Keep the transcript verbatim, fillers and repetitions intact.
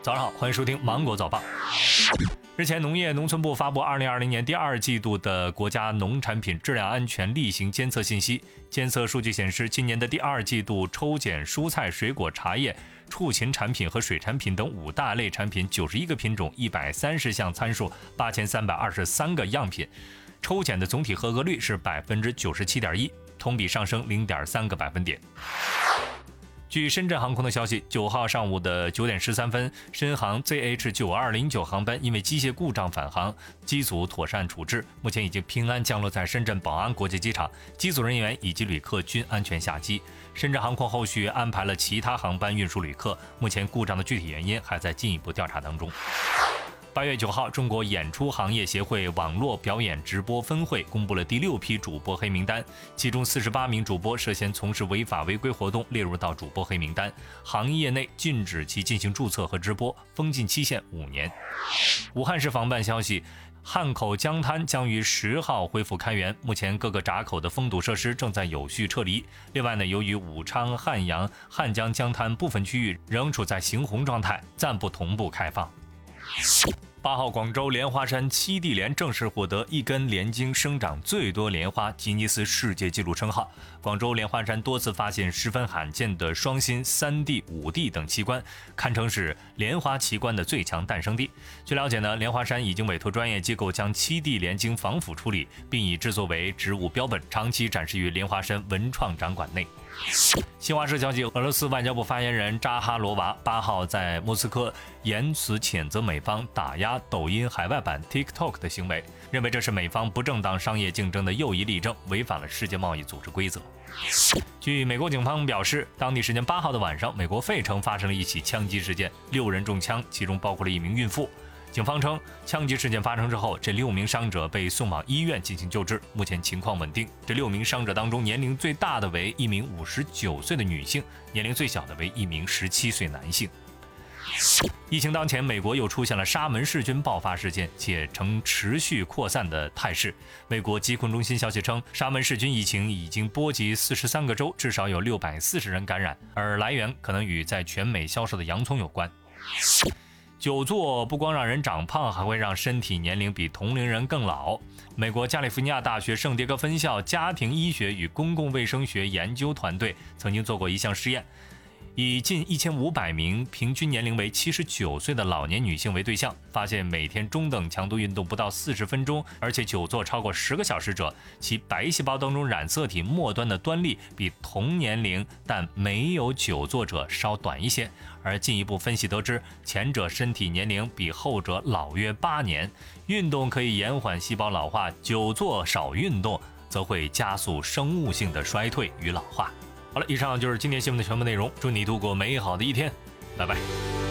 早上好，欢迎收听芒果早报。日前，农业农村部发布二零二零年第二季度的国家农产品质量安全例行监测信息。监测数据显示，今年的第二季度抽检蔬菜、水果、茶叶、畜禽产品和水产品等五大类产品九十一个品种、一百三十项参数、八千三百二十三个样品，抽检的总体合格率是百分之九十七点一，同比上升零点三个百分点。据深圳航空的消息，九号上午的九点十三分，深航 Z H 九二零九航班因为机械故障返航，机组妥善处置，目前已经平安降落在深圳宝安国际机场，机组人员以及旅客均安全下机。深圳航空后续安排了其他航班运输旅客，目前故障的具体原因还在进一步调查当中。八月九号，中国演出行业协会网络表演直播分会公布了第六批主播黑名单，其中四十八名主播涉嫌从事违法违规活动，列入到主播黑名单，行业内禁止其进行注册和直播，封禁期限五年。武汉市防办消息，汉口江滩将于十号恢复开园，目前各个闸口的封堵设施正在有序撤离。另外呢，由于武昌、汉阳、汉江江滩部分区域仍处在行红状态，暂不同步开放。八号，广州莲花山七地莲正式获得一根莲茎生长最多莲花吉尼斯世界纪录称号。广州莲花山多次发现十分罕见的双心、三 D、五 D 等奇观，堪称是莲花奇观的最强诞生地。据了解呢，莲花山已经委托专业机构将七地莲经防腐处理，并已制作为植物标本，长期展示于莲花山文创展馆内。新华社消息，俄罗斯外交部发言人扎哈罗娃八号在莫斯科严词谴责美方打压抖音海外版 TikTok 的行为，认为这是美方不正当商业竞争的又一例证，违反了世界贸易组织规则。据美国警方表示，当地时间八号的晚上，美国费城发生了一起枪击事件，六人中枪，其中包括了一名孕妇。警方称，枪击事件发生之后，这六名伤者被送往医院进行救治，目前情况稳定。这六名伤者当中，年龄最大的为一名五十九岁的女性，年龄最小的为一名十七岁男性。疫情当前，美国又出现了沙门氏菌爆发事件，且呈持续扩散的态势。美国疾控中心消息称，沙门氏菌疫情已经波及四十三个州，至少有六百四十人感染，而来源可能与在全美销售的洋葱有关。久坐不光让人长胖，还会让身体年龄比同龄人更老。美国加利福尼亚大学圣迭戈分校家庭医学与公共卫生学研究团队曾经做过一项实验，以近一千五百名平均年龄为七十九岁的老年女性为对象，发现每天中等强度运动不到四十分钟，而且久坐超过十个小时者，其白细胞当中染色体末端的端粒比同年龄但没有久坐者稍短一些。而进一步分析得知，前者身体年龄比后者老约八年。运动可以延缓细胞老化，久坐少运动则会加速生物性的衰退与老化。好了，以上就是今天新闻的全部内容，祝你度过美好的一天，拜拜。